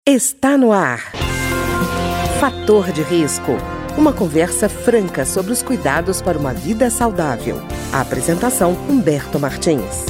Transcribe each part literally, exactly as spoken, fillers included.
Está no ar. Fator de risco. Uma conversa franca sobre os cuidados para uma vida saudável. A apresentação, Humberto Martins.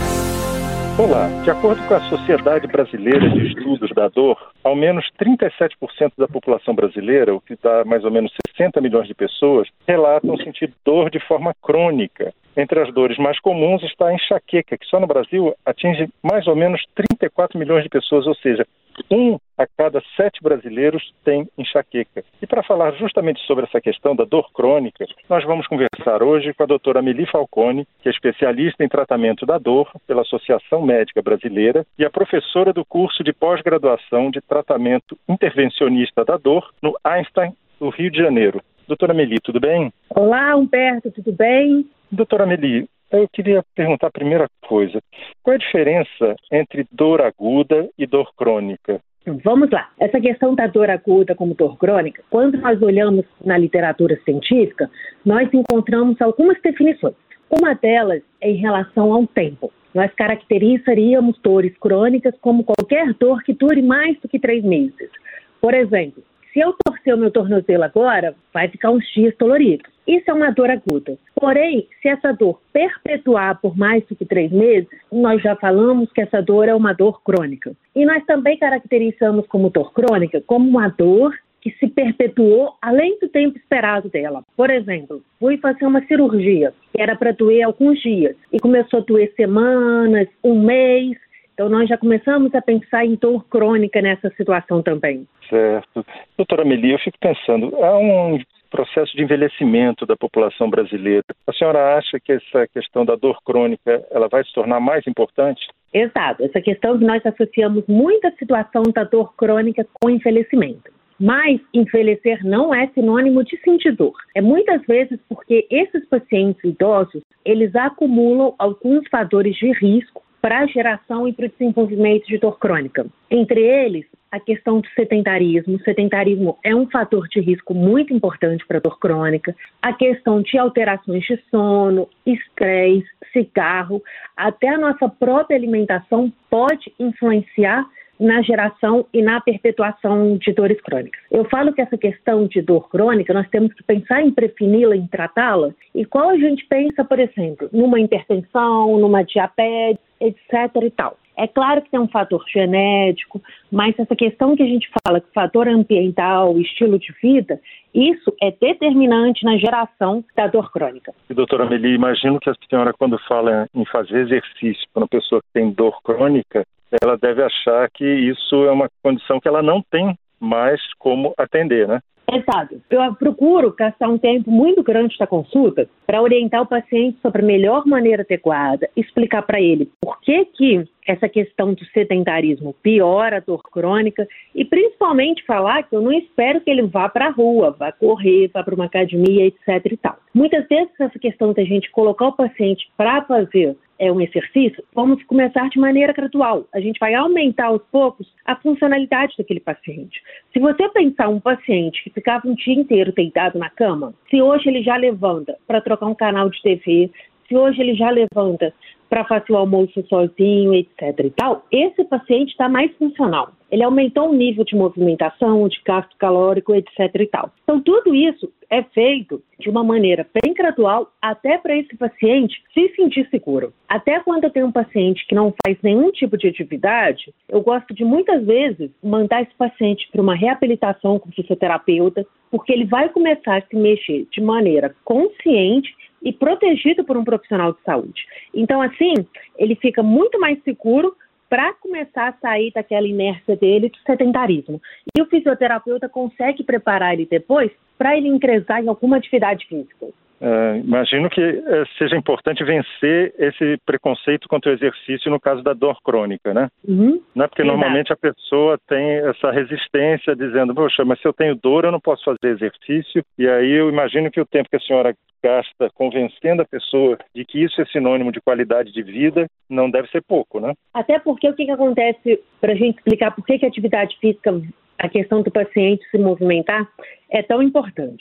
Olá, de acordo com a Sociedade Brasileira de Estudos da Dor, ao menos trinta e sete por cento da população brasileira, o que dá mais ou menos sessenta milhões de pessoas, relatam sentir dor de forma crônica. Entre as dores mais comuns está a enxaqueca, que só no Brasil atinge mais ou menos trinta e quatro milhões de pessoas, ou seja, um a cada sete brasileiros tem enxaqueca. E para falar justamente sobre essa questão da dor crônica, nós vamos conversar hoje com a doutora Amelie Falcone, que é especialista em tratamento da dor pela Associação Médica Brasileira e a professora do curso de pós-graduação de tratamento intervencionista da dor no Einstein, do Rio de Janeiro. Doutora Amelie, tudo bem? Olá, Humberto, tudo bem? Doutora Amelie, eu queria perguntar a primeira coisa. Qual é a diferença entre dor aguda e dor crônica? Vamos lá. Essa questão da dor aguda como dor crônica, quando nós olhamos na literatura científica, nós encontramos algumas definições. Uma delas é em relação ao tempo. Nós caracterizaríamos dores crônicas como qualquer dor que dure mais do que três meses. Por exemplo, se eu torcer o meu tornozelo agora, vai ficar uns dias dolorido. Isso é uma dor aguda. Porém, se essa dor perpetuar por mais do que três meses, nós já falamos que essa dor é uma dor crônica. E nós também caracterizamos como dor crônica como uma dor que se perpetuou além do tempo esperado dela. Por exemplo, fui fazer uma cirurgia que era para doer alguns dias e começou a doer semanas, um mês. Então, nós já começamos a pensar em dor crônica nessa situação também. Certo. Doutora Amelie, eu fico pensando, há um processo de envelhecimento da população brasileira. A senhora acha que essa questão da dor crônica ela vai se tornar mais importante? Exato. Essa questão que nós associamos muito a situação da dor crônica com envelhecimento. Mas envelhecer não é sinônimo de sentir dor. É muitas vezes porque esses pacientes idosos, eles acumulam alguns fatores de risco para a geração e para o desenvolvimento de dor crônica. Entre eles, a questão do sedentarismo. O sedentarismo é um fator de risco muito importante para a dor crônica. A questão de alterações de sono, estresse, cigarro, até a nossa própria alimentação pode influenciar na geração e na perpetuação de dores crônicas. Eu falo que essa questão de dor crônica, nós temos que pensar em preveni-la, em tratá-la, e qual a gente pensa, por exemplo, numa hipertensão, numa diabetes, etc e tal. É claro que tem um fator genético, mas essa questão que a gente fala, que fator ambiental, estilo de vida, isso é determinante na geração da dor crônica. E, doutora Amelie, imagino que a senhora, quando fala em fazer exercício para uma pessoa que tem dor crônica, ela deve achar que isso é uma condição que ela não tem mais como atender, né? Exato. Eu procuro gastar um tempo muito grande da consulta para orientar o paciente sobre a melhor maneira adequada, explicar para ele por que que essa questão do sedentarismo piora a dor crônica e principalmente falar que eu não espero que ele vá para a rua, vá correr, vá para uma academia, etc e tal. Muitas vezes essa questão da gente colocar o paciente para fazer é um exercício, vamos começar de maneira gradual. A gente vai aumentar aos poucos a funcionalidade daquele paciente. Se você pensar um paciente que ficava um dia inteiro deitado na cama, se hoje ele já levanta para trocar um canal de T V, se hoje ele já levanta para fazer o almoço sozinho, etc e tal, esse paciente está mais funcional. Ele aumentou o nível de movimentação, de gasto calórico, etc e tal. Então, tudo isso é feito de uma maneira bem gradual, até para esse paciente se sentir seguro. Até quando eu tenho um paciente que não faz nenhum tipo de atividade, eu gosto de muitas vezes mandar esse paciente para uma reabilitação com fisioterapeuta, porque ele vai começar a se mexer de maneira consciente e protegido por um profissional de saúde. Então, assim, ele fica muito mais seguro para começar a sair daquela inércia dele do sedentarismo. E o fisioterapeuta consegue preparar ele depois para ele ingressar em alguma atividade física. É, imagino que é, seja importante vencer esse preconceito contra o exercício no caso da dor crônica, né? Uhum. Não é porque Exato. Normalmente a pessoa tem essa resistência dizendo, poxa, mas se eu tenho dor eu não posso fazer exercício, e aí eu imagino que o tempo que a senhora gasta convencendo a pessoa de que isso é sinônimo de qualidade de vida não deve ser pouco, né? Até porque o que, que acontece, para a gente explicar por que, que a atividade física, a questão do paciente se movimentar, é tão importante.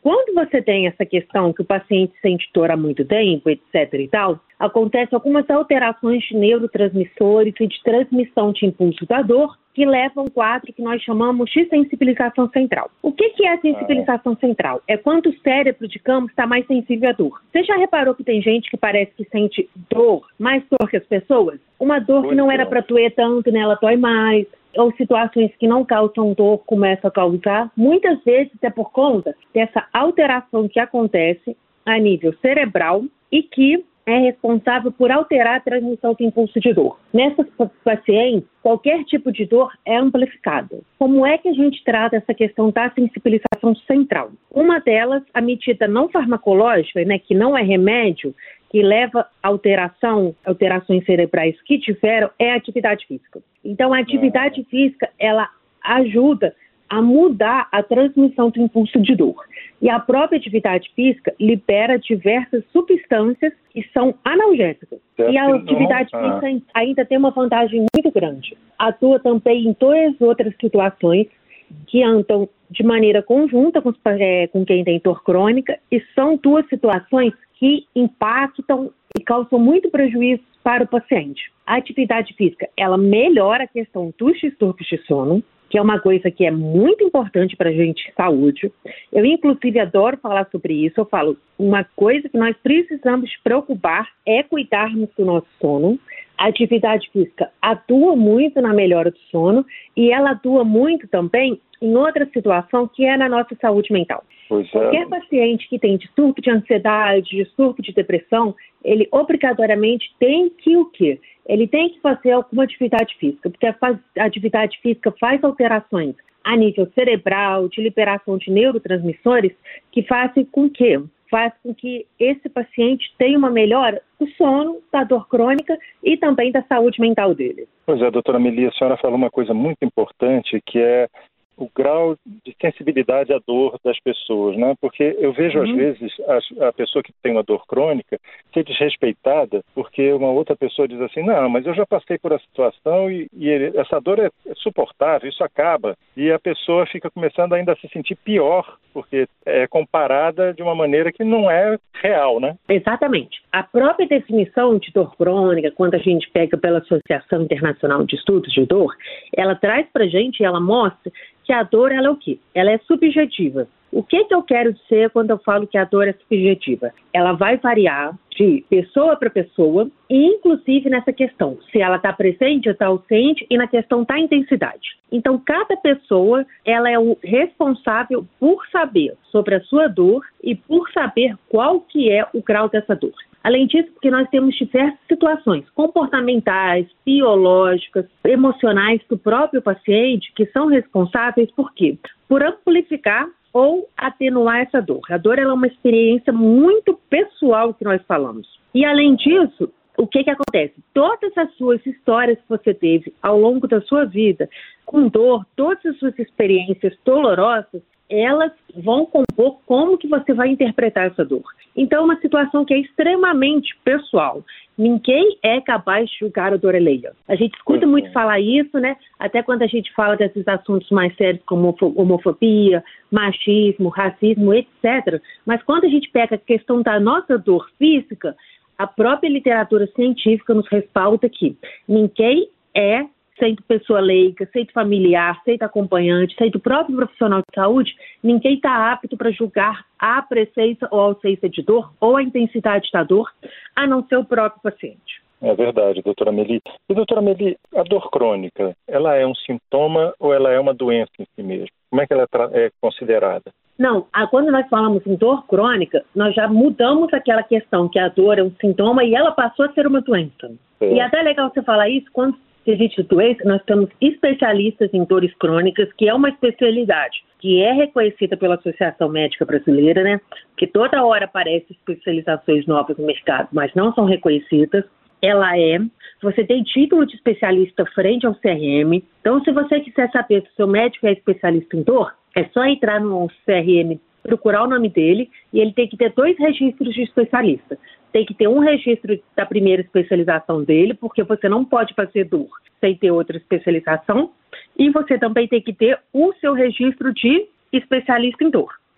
quando você tem essa questão que o paciente sente dor há muito tempo, etc e tal, acontecem algumas alterações de neurotransmissores e de transmissão de impulso da dor que levam a um quadro que nós chamamos de sensibilização central. O que que é a sensibilização central? É quando o cérebro, digamos, está mais sensível à dor. Você já reparou que tem gente que parece que sente dor, mais dor que as pessoas? Uma dor que não era para doer tanto, né? Ela dói mais. Ou situações que não causam dor começam a causar. Muitas vezes é por conta dessa alteração que acontece a nível cerebral e que é responsável por alterar a transmissão do impulso de dor. Nessas pacientes, qualquer tipo de dor é amplificada. Como é que a gente trata essa questão da sensibilização central? Uma delas, a medida não farmacológica, né, que não é remédio, que leva a alteração, alterações cerebrais que tiveram, é a atividade física. Então, a atividade física, ela ajuda a mudar a transmissão do impulso de dor. E a própria atividade física libera diversas substâncias que são analgésicas. Certo. E a atividade ah. física ainda tem uma vantagem muito grande. Atua também em todas as outras situações que andam de maneira conjunta com, é, com quem tem dor crônica, e são duas situações que impactam e causam muito prejuízo para o paciente. A atividade física, ela melhora a questão dos distúrbios de sono, que é uma coisa que é muito importante para a gente saúde. Eu, inclusive, adoro falar sobre isso. Eu falo, uma coisa que nós precisamos preocupar é cuidarmos do nosso sono. A atividade física atua muito na melhora do sono e ela atua muito também em outra situação que é na nossa saúde mental. Pois é. Qualquer paciente que tem distúrbio de ansiedade, distúrbio de depressão, ele obrigatoriamente tem que o quê? Ele tem que fazer alguma atividade física, porque a, faz, a atividade física faz alterações a nível cerebral, de liberação de neurotransmissores, que fazem com que, faz com que esse paciente tenha uma melhora do sono, da dor crônica e também da saúde mental dele. Pois é, doutora Amelia, a senhora falou uma coisa muito importante, que é o grau de sensibilidade à dor das pessoas, né? Porque eu vejo, uhum. às vezes, a, a pessoa que tem uma dor crônica ser desrespeitada porque uma outra pessoa diz assim, não, mas eu já passei por essa situação e, e ele, essa dor é, é suportável, isso acaba. E a pessoa fica começando ainda a se sentir pior, porque é comparada de uma maneira que não é real, né? Exatamente. A própria definição de dor crônica, quando a gente pega pela Associação Internacional de Estudos de Dor, ela traz pra gente, ela mostra que a dor, ela é o quê? Ela é subjetiva. O que que eu quero dizer quando eu falo que a dor é subjetiva? Ela vai variar de pessoa para pessoa, e inclusive nessa questão, se ela está presente ou está ausente, e na questão da intensidade. Então, cada pessoa, ela é o responsável por saber sobre a sua dor e por saber qual que é o grau dessa dor. Além disso, porque nós temos diversas situações comportamentais, biológicas, emocionais do próprio paciente que são responsáveis por quê? Por amplificar ou atenuar essa dor. A dor ela é uma experiência muito pessoal que nós falamos. E além disso, o que que acontece? Todas as suas histórias que você teve ao longo da sua vida, com dor, todas as suas experiências dolorosas, elas vão compor como que você vai interpretar essa dor. Então, é uma situação que é extremamente pessoal. Ninguém é capaz de julgar a dor alheia. A gente escuta uhum. muito falar isso, né? Até quando a gente fala desses assuntos mais sérios como homofobia, machismo, racismo, etcétera. Mas quando a gente pega a questão da nossa dor física, a própria literatura científica nos respalda que ninguém é, sendo pessoa leiga, sendo familiar, sendo acompanhante, sendo próprio profissional de saúde, ninguém está apto para julgar a presença ou ausência de dor ou a intensidade da dor, a não ser o próprio paciente. É verdade, doutora Amelie. E, doutora Amelie, a dor crônica, ela é um sintoma ou ela é uma doença em si mesma? Como é que ela é considerada? Não, quando nós falamos em dor crônica, nós já mudamos aquela questão que a dor é um sintoma e ela passou a ser uma doença. É. E é até legal você falar isso quando existe doença, nós temos especialistas em dores crônicas, que é uma especialidade que é reconhecida pela Associação Médica Brasileira, né? Que toda hora aparecem especializações novas no mercado, mas não são reconhecidas. Ela é, você tem título de especialista frente ao C R M. Então, se você quiser saber se o seu médico é especialista em dor, é só entrar no C R M, procurar o nome dele, e ele tem que ter dois registros de especialista. Tem que ter um registro da primeira especialização dele, porque você não pode fazer dor sem ter outra especialização. E você também tem que ter o seu registro de especialista em dor.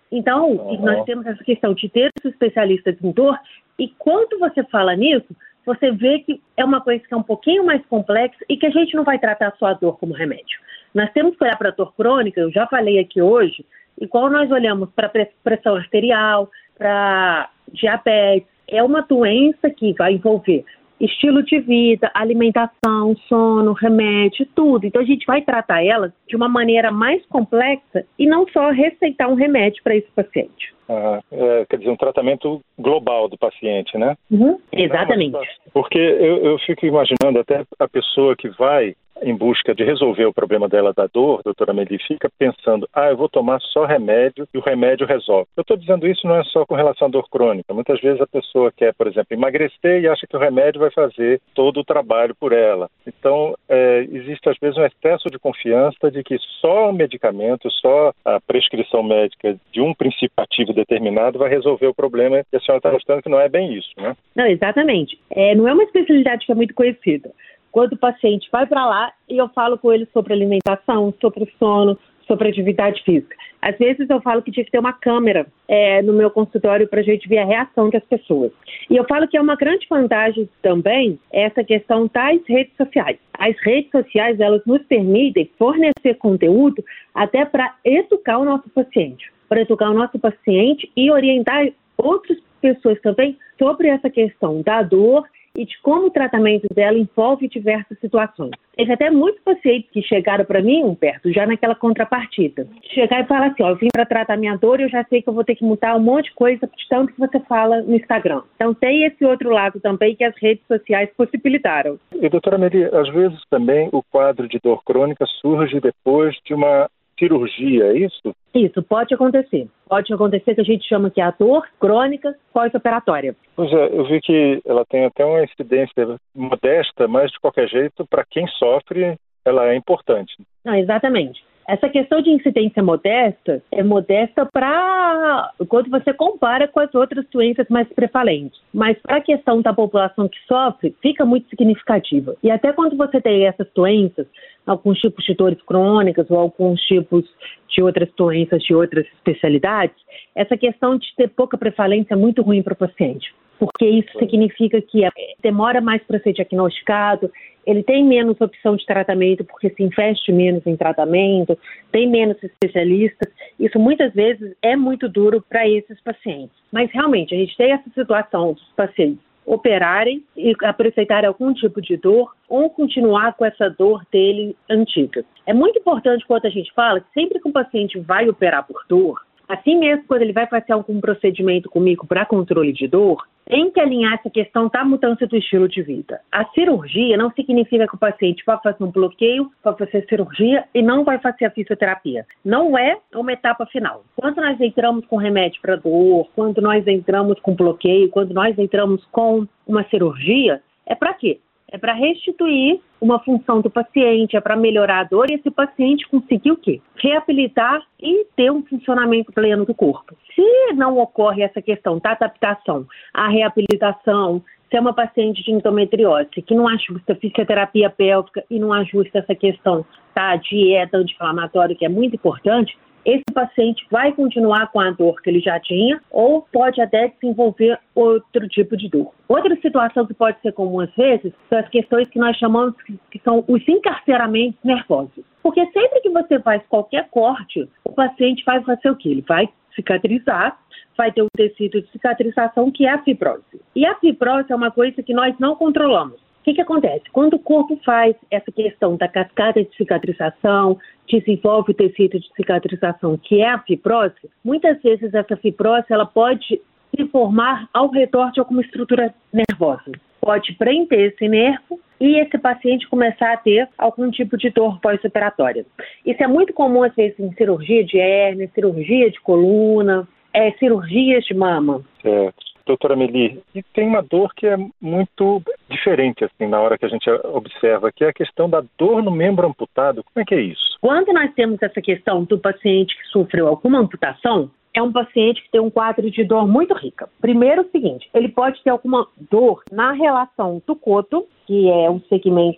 Então, uhum. nós temos essa questão de ter os especialistas em dor, e quando você fala nisso, você vê que é uma coisa que é um pouquinho mais complexa e que a gente não vai tratar só a dor como remédio. Nós temos que olhar para a dor crônica, eu já falei aqui hoje, igual nós olhamos para pressão arterial, para diabetes. É uma doença que vai envolver estilo de vida, alimentação, sono, remédio, tudo. Então a gente vai tratar ela de uma maneira mais complexa e não só receitar um remédio para esse paciente. Ah, é, quer dizer, um tratamento global do paciente, né? Uhum, exatamente. Porque eu, eu fico imaginando até a pessoa que vai em busca de resolver o problema dela da dor, doutora Amélie, fica pensando, ah, eu vou tomar só remédio e o remédio resolve. Eu estou dizendo isso não é só com relação à dor crônica. Muitas vezes a pessoa quer, por exemplo, emagrecer e acha que o remédio vai fazer todo o trabalho por ela. Então, é, existe às vezes um excesso de confiança de que só o medicamento, só a prescrição médica de um princípio ativo determinado vai resolver o problema, e a senhora está mostrando que não é bem isso, né? Não, exatamente. É, não é uma especialidade que é muito conhecida. Quando o paciente vai para lá e eu falo com ele sobre alimentação, sobre sono, sobre atividade física. Às vezes eu falo que tinha que ter uma câmera é, no meu consultório para a gente ver a reação das pessoas. E eu falo que é uma grande vantagem também essa questão das redes sociais. As redes sociais, elas nos permitem fornecer conteúdo até para educar o nosso paciente, para educar o nosso paciente e orientar outras pessoas também sobre essa questão da dor e de como o tratamento dela envolve diversas situações. Teve até muitos pacientes que chegaram para mim, Humberto, já naquela contrapartida. Chegar e falar assim, ó, eu vim para tratar minha dor e eu já sei que eu vou ter que mudar um monte de coisa de tanto que você fala no Instagram. Então tem esse outro lado também que as redes sociais possibilitaram. E doutora Amélie, às vezes também o quadro de dor crônica surge depois de uma cirurgia, é isso? Isso, pode acontecer. Pode acontecer que a gente chama que é a dor crônica pós-operatória. Pois é, eu vi que ela tem até uma incidência modesta, mas de qualquer jeito, para quem sofre, ela é importante. Não, exatamente. Essa questão de incidência modesta é modesta para quando você compara com as outras doenças mais prevalentes. Mas para a questão da população que sofre, fica muito significativa. E até quando você tem essas doenças, alguns tipos de dores crônicas ou alguns tipos de outras doenças de outras especialidades, essa questão de ter pouca prevalência é muito ruim para o paciente. Porque isso significa que demora mais para ser diagnosticado, ele tem menos opção de tratamento porque se investe menos em tratamento, tem menos especialistas. Isso muitas vezes é muito duro para esses pacientes. Mas realmente a gente tem essa situação dos pacientes operarem e apresentarem algum tipo de dor ou continuar com essa dor dele antiga. É muito importante quando a gente fala que sempre que um paciente vai operar por dor, assim mesmo quando ele vai fazer algum procedimento comigo para controle de dor, tem que alinhar essa questão da mudança do estilo de vida. A cirurgia não significa que o paciente vai fazer um bloqueio, vai fazer cirurgia e não vai fazer a fisioterapia. Não é uma etapa final. Quando nós entramos com remédio para dor, quando nós entramos com bloqueio, quando nós entramos com uma cirurgia, é para quê? É para restituir uma função do paciente, é para melhorar a dor e esse paciente conseguir o quê? Reabilitar e ter um funcionamento pleno do corpo. Se não ocorre essa questão da adaptação à reabilitação, se é uma paciente de endometriose que não ajusta a fisioterapia pélvica e não ajusta essa questão da dieta anti-inflamatória, que é muito importante, esse paciente vai continuar com a dor que ele já tinha ou pode até desenvolver outro tipo de dor. Outra situação que pode ser comum às vezes são as questões que nós chamamos que são os encarceramentos nervosos. Porque sempre que você faz qualquer corte, o paciente vai fazer o quê? Ele vai cicatrizar, vai ter um tecido de cicatrização que é a fibrose. E a fibrose é uma coisa que nós não controlamos. O que que acontece? Quando o corpo faz essa questão da cascata de cicatrização, desenvolve o tecido de cicatrização, que é a fibrose, muitas vezes essa fibrose ela pode se formar ao redor de alguma estrutura nervosa. Pode prender esse nervo e esse paciente começar a ter algum tipo de dor pós-operatória. Isso é muito comum, às vezes, em cirurgia de hérnia, cirurgia de coluna, é, cirurgias de mama. Certo. Doutora Amélie, e tem uma dor que é muito diferente assim na hora que a gente observa, que é a questão da dor no membro amputado. Como é que é isso? Quando nós temos essa questão do paciente que sofreu alguma amputação, é um paciente que tem um quadro de dor muito rica. Primeiro, o seguinte, ele pode ter alguma dor na relação do coto, que é um segmento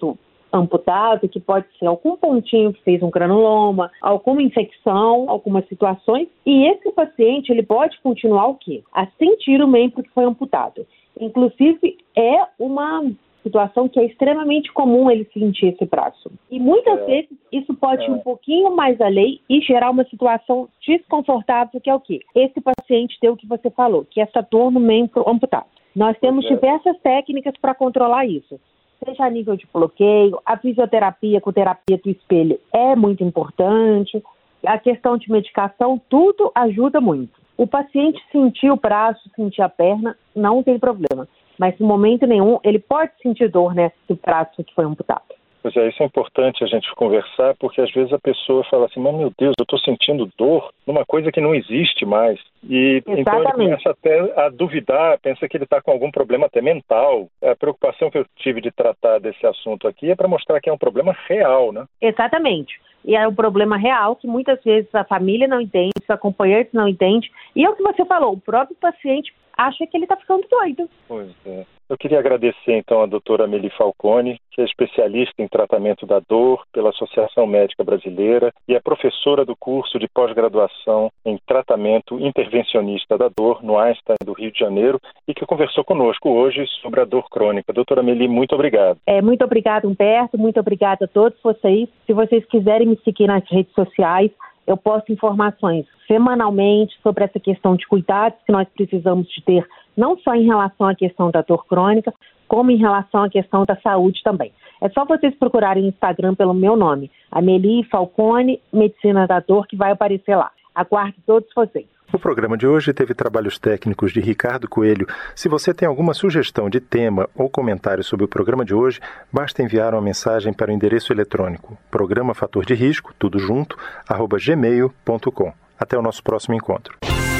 amputado, que pode ser algum pontinho que fez um granuloma, alguma infecção, algumas situações, e esse paciente ele pode continuar o quê? A sentir o membro que foi amputado. Inclusive, é uma situação que é extremamente comum ele sentir esse braço. E muitas é. vezes isso pode é. ir um pouquinho mais além e gerar uma situação desconfortável, que é o quê? Esse paciente tem o que você falou, que é essa dor no membro amputado. Nós temos é. diversas técnicas para controlar isso. Seja a nível de bloqueio, a fisioterapia com terapia do espelho é muito importante, a questão de medicação, tudo ajuda muito. O paciente sentir o braço, sentir a perna, não tem problema. Mas, em momento nenhum, ele pode sentir dor nesse braço que foi amputado. Pois é, isso é importante a gente conversar, porque às vezes a pessoa fala assim, mas meu Deus, eu estou sentindo dor numa coisa que não existe mais. E Exatamente. Então ele começa até a duvidar, pensa que ele está com algum problema até mental. A preocupação que eu tive de tratar desse assunto aqui é para mostrar que é um problema real, né? Exatamente. E é um problema real que muitas vezes a família não entende, os acompanhantes não entendem. E é o que você falou, o próprio paciente acha que ele está ficando doido. Pois é. Eu queria agradecer, então, a doutora Amélie Falcone, que é especialista em tratamento da dor pela Associação Médica Brasileira e é professora do curso de pós-graduação em tratamento intervencionista da dor no Einstein do Rio de Janeiro e que conversou conosco hoje sobre a dor crônica. Doutora Amélie, muito obrigado. É, muito obrigado, Humberto. Muito obrigado a todos vocês. Se vocês quiserem me seguir nas redes sociais, eu posto informações semanalmente sobre essa questão de cuidados que nós precisamos de ter, não só em relação à questão da dor crônica, como em relação à questão da saúde também. É só vocês procurarem no Instagram pelo meu nome, Amélie Falcone, Medicina da Dor, que vai aparecer lá. Aguardo todos vocês. O programa de hoje teve trabalhos técnicos de Ricardo Coelho. Se você tem alguma sugestão de tema ou comentário sobre o programa de hoje, basta enviar uma mensagem para o endereço eletrônico programa fator de risco, tudo junto, arroba gmail ponto com. Até o nosso próximo encontro.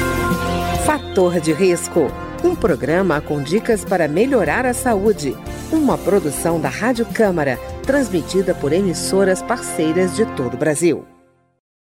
Fator de Risco, um programa com dicas para melhorar a saúde. Uma produção da Rádio Câmara, transmitida por emissoras parceiras de todo o Brasil.